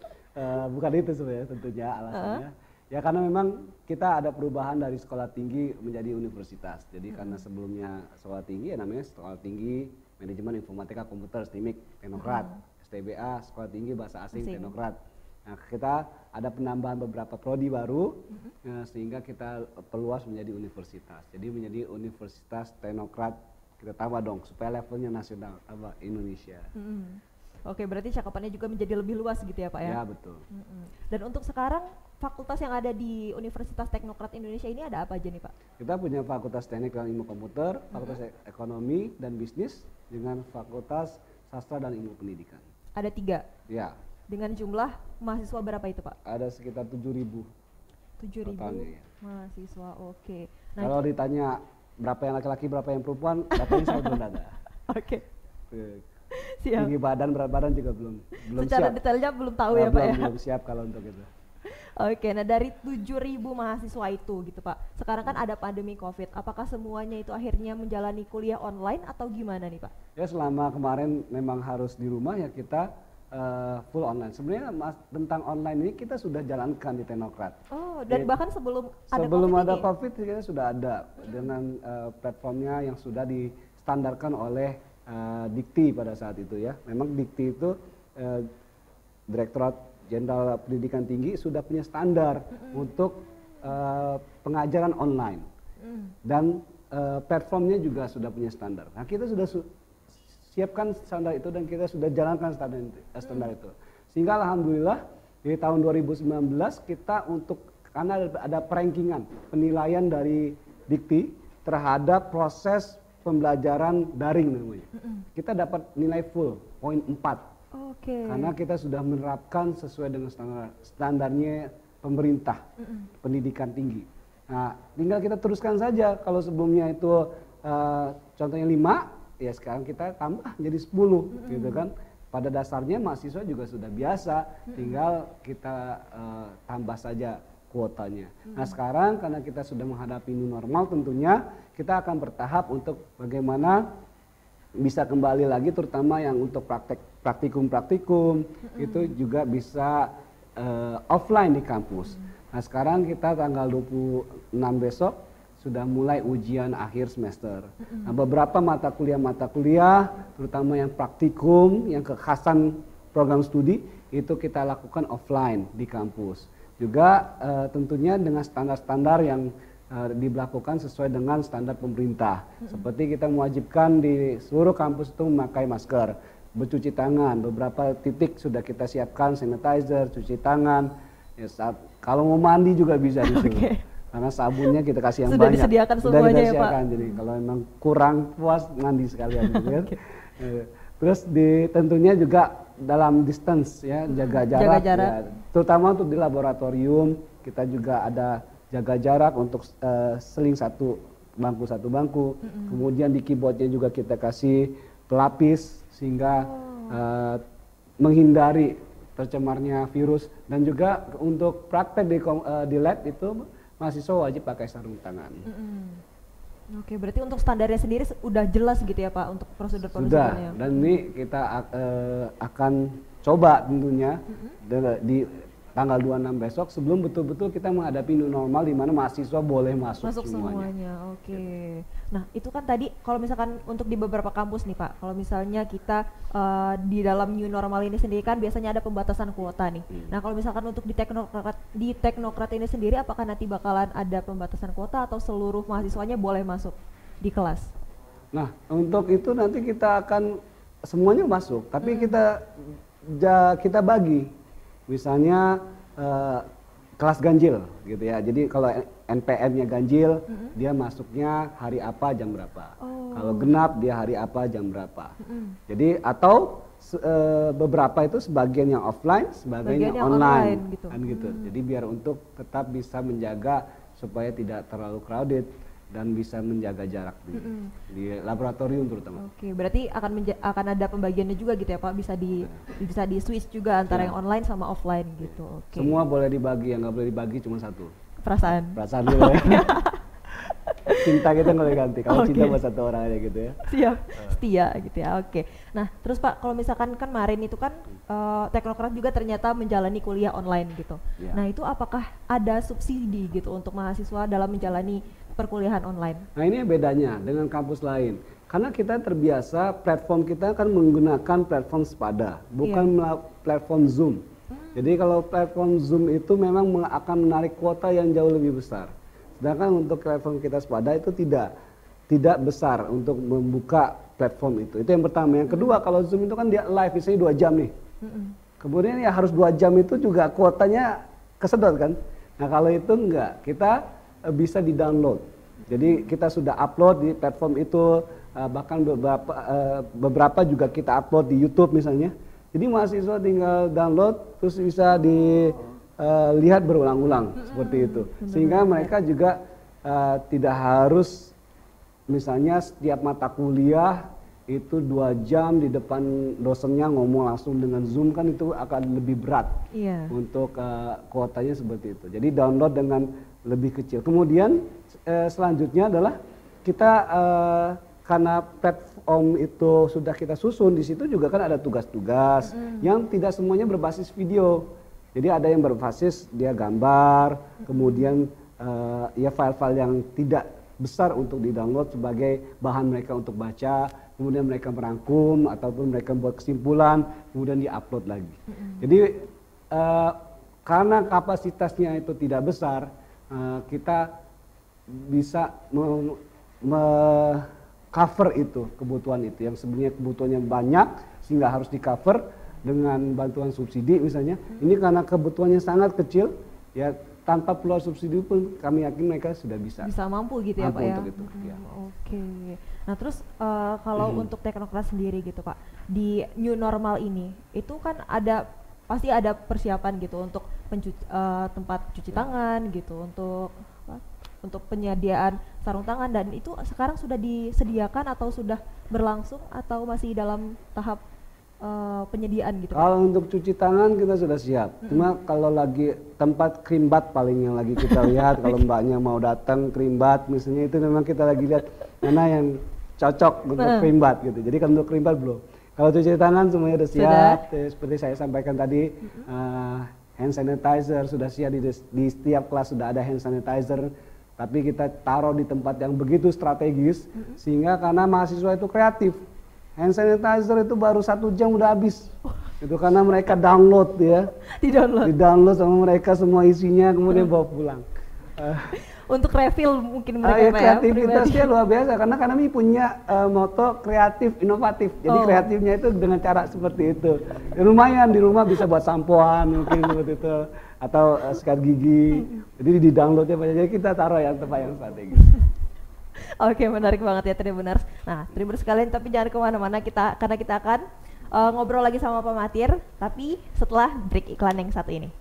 uh, bukan itu sebenarnya tentunya alasannya. Uh-huh. Ya karena memang kita ada perubahan dari sekolah tinggi menjadi universitas. Jadi uh-huh. karena sebelumnya sekolah tinggi ya namanya Sekolah Tinggi Manajemen Informatika Komputer S T I M I K Teknokrat. Uh-huh. S T B A Sekolah Tinggi Bahasa Asing Asing. Teknokrat. Nah kita ada penambahan beberapa prodi baru uh-huh. ya, sehingga kita perluas menjadi universitas. Jadi menjadi Universitas Teknokrat. Kita tambah dong supaya levelnya nasional apa Indonesia. Hmm. Oke, berarti cakupannya juga menjadi lebih luas gitu ya Pak ya? Ya betul. Hmm. Dan untuk sekarang fakultas yang ada di Universitas Teknokrat Indonesia ini ada apa aja nih Pak? Kita punya Fakultas Teknik dan Ilmu Komputer, Fakultas hmm. Ekonomi dan Bisnis dengan Fakultas Sastra dan Ilmu Pendidikan. Ada tiga? Ya. Dengan jumlah mahasiswa berapa itu Pak? Ada sekitar tujuh ribu. tujuh ribu ya. Mahasiswa, oke. Okay. Nah, kalau ditanya berapa yang laki-laki, berapa yang perempuan, datanya saya belum ada. Oke. Okay. Siap. Tinggi badan, berat badan juga belum belum Secara siap. detailnya belum tahu nah, ya belum, Pak ya? Belum siap kalau untuk itu. Oke, nah dari tujuh ribu mahasiswa itu gitu Pak, sekarang kan ada pandemi COVID, apakah semuanya itu akhirnya menjalani kuliah online atau gimana nih Pak? Ya selama kemarin memang harus di rumah ya kita Uh, full online. Sebenarnya mas, tentang online ini kita sudah jalankan di Teknokrat. Oh, dan Jadi, bahkan sebelum ada sebelum COVID ada ini? COVID kita sudah ada dengan uh, platformnya yang sudah distandarkan oleh uh, Dikti pada saat itu ya. Memang Dikti itu uh, Direktorat Jenderal Pendidikan Tinggi sudah punya standar mm-hmm. untuk uh, pengajaran online mm. dan uh, platformnya juga sudah punya standar. Nah kita sudah su- siapkan standar itu dan kita sudah jalankan standar, standar itu. Sehingga alhamdulillah di tahun dua ribu sembilan belas kita untuk karena ada, ada perankingan penilaian dari Dikti terhadap proses pembelajaran daring namanya. Kita dapat nilai full poin empat. Oke. Karena kita sudah menerapkan sesuai dengan standar standarnya pemerintah Mm-mm. pendidikan tinggi. Nah, tinggal kita teruskan saja. Kalau sebelumnya itu uh, contohnya lima, ya sekarang kita tambah jadi sepuluh mm-hmm. gitu kan. Pada dasarnya mahasiswa juga sudah biasa, mm-hmm. tinggal kita uh, tambah saja kuotanya. Mm-hmm. Nah sekarang karena kita sudah menghadapi new normal tentunya kita akan bertahap untuk bagaimana bisa kembali lagi terutama yang untuk praktek praktikum-praktikum mm-hmm. itu juga bisa uh, offline di kampus. Mm-hmm. Nah sekarang kita tanggal dua puluh enam besok sudah mulai ujian akhir semester. Mm-hmm. Nah, beberapa mata kuliah-mata kuliah, terutama yang praktikum, yang kekhasan program studi, itu kita lakukan offline di kampus. Juga uh, tentunya dengan standar-standar yang uh, diberlakukan sesuai dengan standar pemerintah. Mm-hmm. Seperti kita mewajibkan di seluruh kampus itu memakai masker, bercuci tangan, beberapa titik sudah kita siapkan sanitizer, cuci tangan. Ya, saat, kalau mau mandi juga bisa di situ. Okay. Karena sabunnya kita kasih yang sudah banyak. Disediakan sudah semuanya disediakan ya Pak. Jadi hmm. kalau memang kurang puas mandi sekalian gitu kan. Okay. Terus di tentunya juga dalam distance ya, jaga jarak, jaga jarak. Ya, terutama untuk di laboratorium kita juga ada jaga jarak untuk uh, seling satu bangku satu bangku. Mm-hmm. Kemudian di keyboardnya juga kita kasih pelapis sehingga oh. uh, menghindari tercemarnya virus, dan juga untuk praktek di, uh, di lab itu mahasiswa wajib pakai sarung tangan. Mm-hmm. Oke, berarti untuk standarnya sendiri udah jelas gitu ya Pak untuk prosedur-prosedurnya? Sudah, dan ini kita uh, akan coba tentunya mm-hmm. di tanggal dua puluh enam besok sebelum betul-betul kita menghadapi new normal di mana mahasiswa boleh masuk, masuk semuanya. semuanya. Oke. Nah, itu kan tadi kalau misalkan untuk di beberapa kampus nih Pak, kalau misalnya kita uh, di dalam new normal ini sendiri kan biasanya ada pembatasan kuota nih. Hmm. Nah, kalau misalkan untuk di teknokrat di teknokrat ini sendiri apakah nanti bakalan ada pembatasan kuota atau seluruh mahasiswanya boleh masuk di kelas? Nah, untuk itu nanti kita akan semuanya masuk, tapi hmm. kita ja, kita bagi. Misalnya uh, kelas ganjil gitu ya. Jadi kalau N P M-nya ganjil, mm-hmm. dia masuknya hari apa jam berapa. Oh. Kalau genap dia hari apa jam berapa. Mm-hmm. Jadi atau uh, beberapa itu sebagian yang offline, sebagian yang, yang online, online gitu. Kan gitu. Mm. Jadi biar untuk tetap bisa menjaga supaya tidak terlalu crowded dan bisa menjaga jarak di, mm-hmm. di laboratorium terutama. Oke, berarti akan menja- akan ada pembagiannya juga gitu ya Pak, bisa di yeah. bisa di switch juga antara yeah. yang online sama offline gitu. Yeah. Oke. Semua boleh dibagi, yang nggak boleh dibagi cuma satu. Perasaan. Perasaan dulu ya. Cinta kita nggak boleh ganti. Kalau okay. cinta buat satu orang aja gitu ya. Siap, setia gitu ya. Oke. Nah, terus Pak, kalau misalkan kan kemarin itu kan uh, teknokrat juga ternyata menjalani kuliah online gitu. Yeah. Nah, itu apakah ada subsidi gitu untuk mahasiswa dalam menjalani perkuliahan online? Nah, ini bedanya dengan kampus lain. Karena kita terbiasa platform kita kan menggunakan platform Spada, bukan yeah. platform Zoom. Hmm. Jadi kalau platform Zoom itu memang akan menarik kuota yang jauh lebih besar. Sedangkan untuk platform kita Spada itu tidak tidak besar untuk membuka platform itu. Itu yang pertama. Yang kedua, hmm. kalau Zoom itu kan dia live, misalnya dua jam nih. Hmm. Kemudian ya harus dua jam itu juga kuotanya kesedot kan. Nah kalau itu enggak, kita bisa di-download. Jadi kita sudah upload di platform itu, uh, bahkan beberapa uh, beberapa juga kita upload di YouTube misalnya. Jadi mahasiswa tinggal download terus bisa dilihat uh, berulang-ulang hmm, seperti itu. Sehingga mereka juga uh, tidak harus misalnya setiap mata kuliah itu dua jam di depan dosennya ngomong langsung dengan Zoom, kan itu akan lebih berat yeah. untuk uh, kuotanya seperti itu. Jadi download dengan lebih kecil. Kemudian eh, selanjutnya adalah kita eh, karena platform itu sudah kita susun, di situ juga kan ada tugas-tugas mm. yang tidak semuanya berbasis video. Jadi ada yang berbasis dia gambar, mm. kemudian eh, ya file-file yang tidak besar untuk di-download sebagai bahan mereka untuk baca, kemudian mereka merangkum ataupun mereka buat kesimpulan, kemudian di-upload lagi. Mm. Jadi eh, karena kapasitasnya itu tidak besar, Uh, kita bisa me, me cover itu kebutuhan itu yang sebenarnya kebutuhannya banyak sehingga harus di cover dengan bantuan subsidi misalnya. Hmm. Ini karena kebutuhannya sangat kecil ya, tanpa keluar subsidi pun kami yakin mereka sudah bisa bisa mampu gitu ya Pak ya. Itu, hmm, ya. Oke. Okay. Nah terus uh, kalau hmm. untuk teknokrat sendiri gitu Pak, di new normal ini itu kan ada pasti ada persiapan gitu untuk pencuci, uh, tempat cuci tangan gitu, untuk apa, untuk penyediaan sarung tangan, dan itu sekarang sudah disediakan atau sudah berlangsung atau masih dalam tahap uh, penyediaan gitu? Kalau untuk cuci tangan kita sudah siap. Mm-hmm. Cuma kalau lagi tempat krimbat paling yang lagi kita lihat kalau mbaknya mau datang krimbat misalnya, itu memang kita lagi lihat mana yang cocok untuk mm. krimbat gitu. Jadi kalau untuk krimbat belum. Kalau cuci tangan semuanya sudah siap, sudah. Seperti saya sampaikan tadi, mm-hmm. uh, hand sanitizer sudah siap, di, di setiap kelas sudah ada hand sanitizer, tapi kita taruh di tempat yang begitu strategis, mm-hmm. sehingga karena mahasiswa itu kreatif, hand sanitizer itu baru satu jam udah habis, oh. itu karena mereka download ya, di download, di download sama mereka semua isinya, kemudian bawa pulang. Uh, Untuk refill mungkin mereka uh, ya, kreativitasnya ya, luar biasa karena kami punya uh, moto kreatif inovatif. Jadi oh. kreatifnya itu dengan cara seperti itu. Ya, lumayan di rumah bisa buat sampoan mungkin seperti itu atau uh, sikat gigi. Jadi di downloadnya banyak. Jadi kita taruh yang tempat yang strategis. Oke, menarik banget ya Tribuners. Nah, Tribuners sekalian, tapi jangan kemana-mana kita karena kita akan uh, ngobrol lagi sama Pak Matir, tapi setelah break iklan yang satu ini.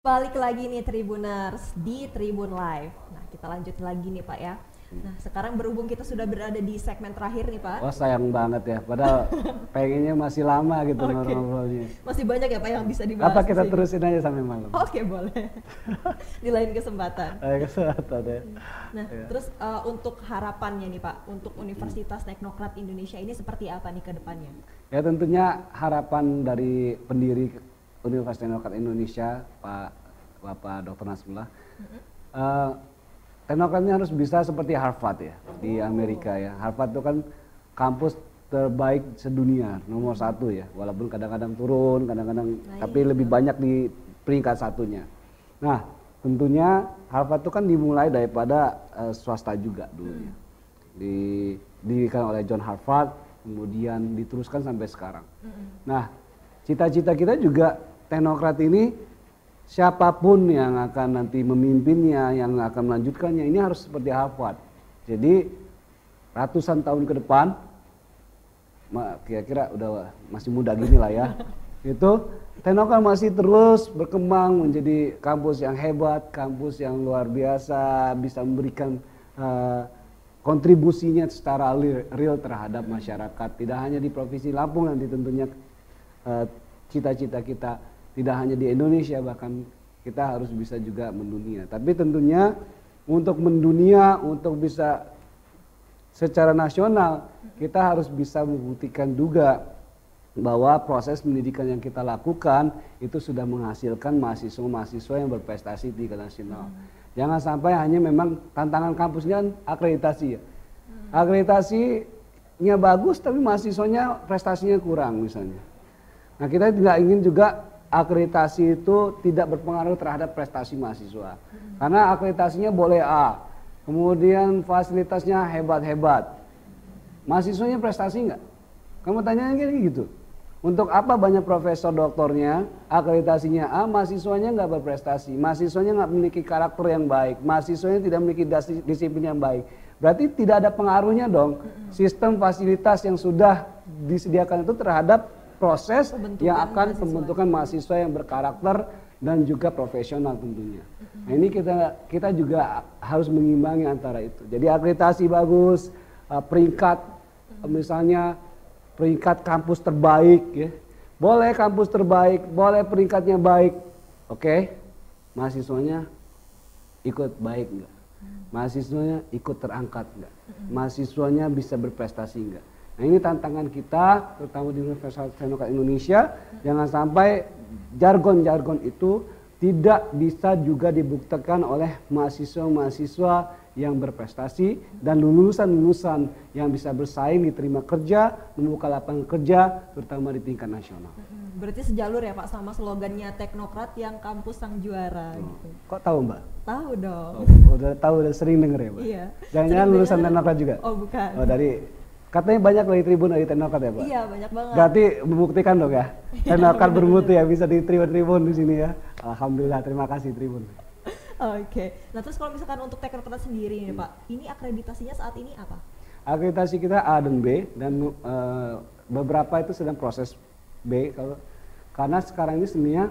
Balik lagi nih Tribuners di Tribun Live. Nah, kita lanjut lagi nih Pak ya. Nah, sekarang berhubung kita sudah berada di segmen terakhir nih Pak. Wah, sayang banget ya, padahal pengennya masih lama gitu Oke. ngobrol-ngobrolnya. Masih banyak ya Pak yang bisa dibahas. Apa kita di sini? terusin aja sampai malam? Oke, boleh. Di lain kesempatan. Ayo kesempatan ya. Nah, Iya. terus uh, untuk harapannya nih Pak, untuk Universitas Teknokrat Indonesia ini seperti apa nih ke depannya? Ya tentunya harapan dari pendiri Universitas Teknokrat Indonesia, Pak Bapak Doktor Nasrullah, Mm-hmm. uh, Teknokrat ini harus bisa seperti Harvard ya di Amerika ya. Harvard itu kan kampus terbaik sedunia, nomor satu ya. Walaupun kadang-kadang turun, kadang-kadang Naik, tapi lebih banyak di peringkat satunya. Nah, tentunya Harvard itu kan dimulai daripada uh, swasta juga dulunya. Di didirikan oleh John Harvard, kemudian diteruskan sampai sekarang. Nah, cita-cita kita juga Teknokrat ini siapapun yang akan nanti memimpinnya, yang akan melanjutkannya, ini harus seperti Harvard. Jadi ratusan tahun ke depan, kira-kira udah masih muda gini lah ya, itu Teknokrat masih terus berkembang menjadi kampus yang hebat, kampus yang luar biasa, bisa memberikan uh, kontribusinya secara real terhadap masyarakat. Tidak hanya di Provinsi Lampung nanti tentunya uh, cita-cita kita tidak hanya di Indonesia, bahkan kita harus bisa juga mendunia. Tapi tentunya untuk mendunia, untuk bisa secara nasional, kita harus bisa membuktikan juga bahwa proses pendidikan yang kita lakukan itu sudah menghasilkan mahasiswa-mahasiswa yang berprestasi di tingkat nasional. Hmm. Jangan sampai hanya memang tantangan kampusnya kan akreditasi ya. Hmm. Akreditasinya bagus tapi mahasiswanya prestasinya kurang misalnya. Nah, kita tidak ingin juga akreditasi itu tidak berpengaruh terhadap prestasi mahasiswa. Hmm. Karena akreditasinya boleh A, kemudian fasilitasnya hebat-hebat. Mahasiswanya prestasi nggak? Kamu tanyanya kayak gitu. Untuk apa banyak profesor doktornya, akreditasinya A, mahasiswanya nggak berprestasi, mahasiswanya nggak memiliki karakter yang baik, mahasiswanya tidak memiliki disiplin yang baik. Berarti tidak ada pengaruhnya dong sistem fasilitas yang sudah disediakan itu terhadap proses pembentukan yang akan mahasiswa. Pembentukan mahasiswa yang berkarakter dan juga profesional tentunya. Mm-hmm. Nah, ini kita kita juga harus mengimbangi antara itu. Jadi akreditasi bagus, uh, peringkat mm-hmm. misalnya peringkat kampus terbaik ya. Boleh kampus terbaik, boleh peringkatnya baik. Oke. Okay. Mahasiswanya ikut baik enggak? Mm-hmm. Mahasiswanya ikut terangkat enggak? Mm-hmm. Mahasiswanya bisa berprestasi enggak? Nah, ini tantangan kita, terutama di Universitas Teknokrat Indonesia, jangan sampai jargon-jargon itu tidak bisa juga dibuktikan oleh mahasiswa-mahasiswa yang berprestasi dan lulusan-lulusan yang bisa bersaing, diterima kerja, membuka lapangan kerja, terutama di tingkat nasional. Berarti sejalur ya Pak sama slogannya Teknokrat yang kampus sang juara. Oh. Gitu. Kok tahu Mbak? Tahu dong. Oh, udah tahu, udah sering denger ya Mbak? Iya. Jangan-jangan lulusan Teknokrat juga? Oh bukan. Oh dari katanya banyak dari Tribun dari Teknokrat ya Pak? Iya banyak banget. Berarti membuktikan dong ya, Teknokrat bermutu ya, bisa di Tribun-Tribun di sini ya. Alhamdulillah, terima kasih Tribun. Oke, okay. Nah terus kalau misalkan untuk Teknokrat sendiri nih Pak, ini akreditasinya saat ini apa? Akreditasi kita A dan B dan uh, beberapa itu sedang proses B kalau karena sekarang ini sebenarnya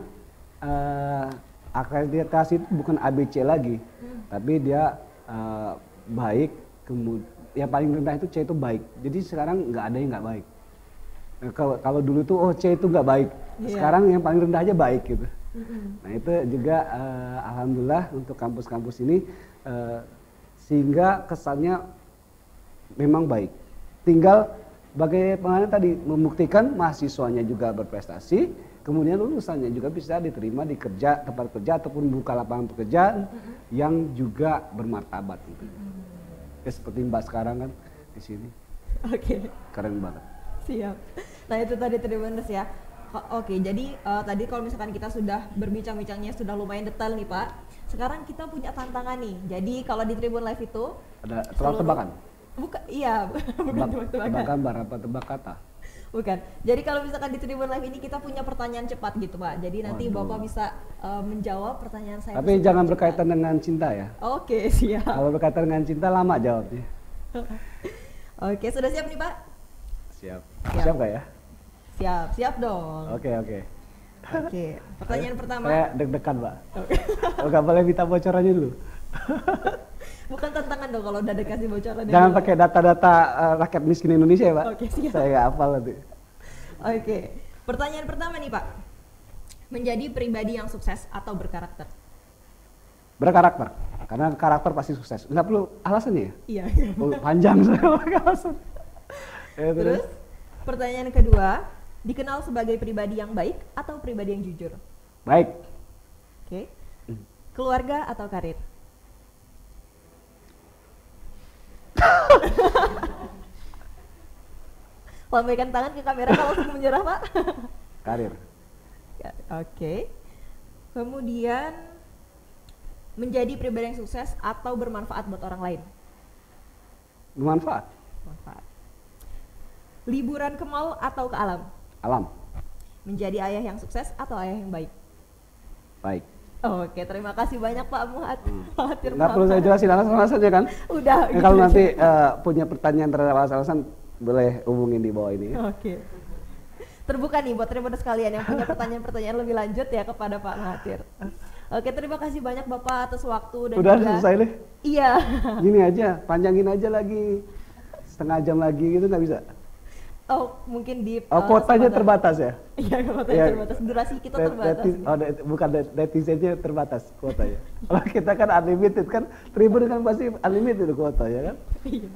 uh, akreditasi itu bukan A B C lagi, hmm. tapi dia uh, baik, kemudian yang paling rendah itu C itu baik. Jadi sekarang nggak ada yang nggak baik. Nah, kalau kalau dulu tuh oh C itu nggak baik, yeah. Sekarang yang paling rendah aja baik gitu. Mm-hmm. Nah itu juga uh, alhamdulillah untuk kampus-kampus ini uh, sehingga kesannya memang baik. Tinggal bagaimana tadi membuktikan mahasiswanya juga berprestasi, kemudian lulusannya juga bisa diterima di kerja tempat kerja ataupun buka lapangan pekerjaan mm-hmm. yang juga bermartabat gitu. Mm-hmm. Ya seperti Mbak sekarang kan di sini. Oke. Okay. Keren banget. Siap. Nah itu tadi Tribuners ya. Oke, jadi uh, tadi kalau misalkan kita sudah berbincang-bincangnya sudah lumayan detail nih Pak. Sekarang kita punya tantangan nih. Jadi kalau di Tribun Live itu ada tebak-tebakan. Bukan, iya, bukan tebak-tebakan. Tebak gambar apa tebak kata? Bukan. Jadi kalau misalkan di Tribun Live ini kita punya pertanyaan cepat gitu Pak. Jadi nanti Waduh. Bapak bisa uh, menjawab pertanyaan saya. Tapi jangan cepat. Berkaitan dengan cinta ya. Oke, siap. Kalau berkaitan dengan cinta lama jawabnya. Oke, sudah siap nih Pak? Siap. Siap, siap gak ya? Siap, siap dong. Oke, oke. Oke, pertanyaan pertama. Saya deg-degan, Mbak. Kalau nggak boleh minta bocorannya dulu. Bukan tantangan dong kalau udah dikasih bocoran. Jangan pakai data-data uh, rakyat miskin Indonesia ya, Pak. Oke, siap. Saya nggak hafal nanti. Oke, pertanyaan pertama nih Pak. Menjadi pribadi yang sukses atau berkarakter? Berkarakter, karena karakter pasti sukses. Nggak perlu alasannya ya? Iya. Oh, panjang saya pakai alasan. Ya, Terus, pertanyaan kedua, dikenal sebagai pribadi yang baik atau pribadi yang jujur? Baik. Oke. Keluarga atau karir? Lambaikan tangan ke kamera kalau langsung menyerah, Pak. Karir. Oke. Kemudian menjadi pribadi yang sukses atau bermanfaat buat orang lain? Bermanfaat. Manfaat. Liburan ke mall atau ke alam? Alam. Menjadi ayah yang sukses atau ayah yang baik? Baik. Oke, terima kasih banyak Pak Muhat. Hmm. Nggak perlu saya jelasin alasan-alasannya kan? Udah. Ya, kalau nanti uh, punya pertanyaan terhadap alasan-alasan boleh hubungin di bawah ini. Oke. Terbuka nih buat tribuners sekalian yang punya pertanyaan-pertanyaan lebih lanjut ya kepada Pak Mahathir. Oke, terima kasih banyak Bapak atas waktu dan Udah juga... selesai deh. Iya. Gini aja, panjangin aja lagi setengah jam lagi gitu nggak bisa? Oh, mungkin di... Oh, uh, kuotanya kesempatan- terbatas ya? Iya, kuotanya Iya. terbatas. Durasi kita Net- terbatas. neti- oh, net- bukan net- netizennya terbatas kuotanya. Kalau kita kan unlimited kan, Tribun kan pasti unlimited kuotanya kan? Iya.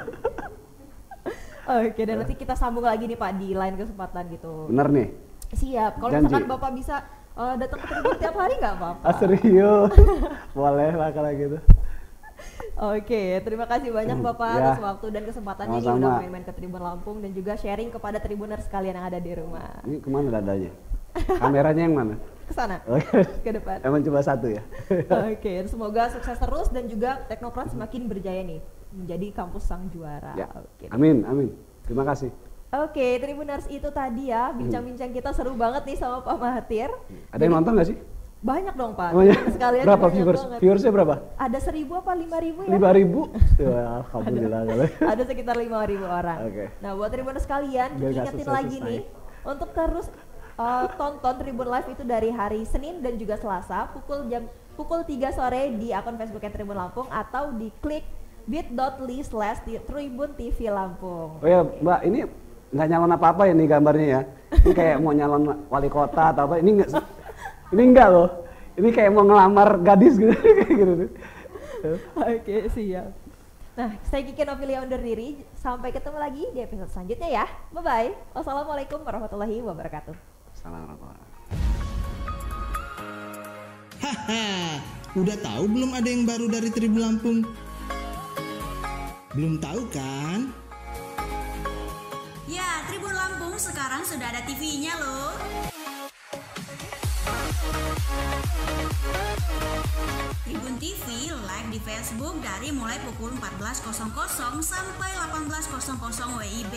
Oke, dan nanti kita sambung lagi nih Pak di lain kesempatan gitu. Bener nih? Siap. Kalau Janji. misalkan Bapak bisa uh, datang ke Tribun tiap hari nggak apa-apa? Ah serius? Boleh lah kalau gitu. Oke, terima kasih banyak Bapak Ya. atas waktu dan kesempatannya nih Sama-sama. udah main-main ke Tribun Lampung dan juga sharing kepada Tribuners sekalian yang ada di rumah. Ini kemana dadanya? Kameranya yang mana? Ke sana, Oke. ke depan. Emang cuma satu ya? Oke, semoga sukses terus dan juga Teknokrat semakin berjaya nih menjadi kampus sang juara. Ya. Oke. Amin, amin. Terima kasih. Oke, Tribuners itu tadi ya bincang-bincang kita seru banget nih sama Pak Mahathir. Ada yang nonton nggak sih? Banyak dong Pak. Namanya? Sekalian Berapa banyak viewers? banget. Viewersnya berapa? Ada seribu apa lima ribu ya? Lima ribu? Ya, alhamdulillah kalau. Ada sekitar lima ribu orang. Oke. Nah, buat Tribuners sekalian, Biar nggak ingetin selesai-selesai. lagi nih untuk terus uh, tonton Tribun Live itu dari hari Senin dan juga Selasa pukul jam pukul tiga sore di akun Facebooknya Tribun Lampung atau di klik bit.ly slash Tribun T V Lampung. Oh ya, Mbak, ini nggak nyalon apa-apa ya nih gambarnya ya. Ini kayak mau nyalon wali kota atau apa. Ini enggak, ini enggak loh. Ini kayak mau ngelamar gadis gitu. Kayak gitu. Oke, siap. Nah, saya Kiki Novilia undur diri. Sampai ketemu lagi di episode selanjutnya ya. Bye-bye. Wassalamualaikum warahmatullahi wabarakatuh. Assalamualaikum. Haha, udah tahu belum ada yang baru dari Tribun Lampung? Belum tahu kan? Ya, Tribun Lampung sekarang sudah ada T V-nya loh. Tribun T V live di Facebook dari mulai pukul empat belas sampai delapan belas W I B.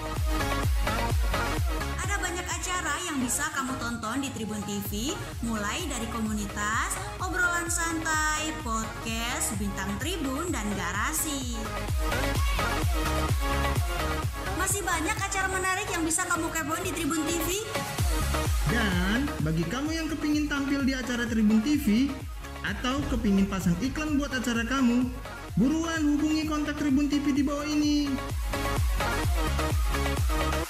Ada banyak acara yang bisa kamu tonton di Tribun T V, mulai dari komunitas, obrolan santai, podcast, bintang Tribun, dan garasi. Masih banyak acara menarik yang bisa kamu kepoin di Tribun T V. Dan bagi kamu yang kepingin tampil di acara Tribun T V atau kepingin pasang iklan buat acara kamu, buruan hubungi kontak Tribun T V di bawah ini.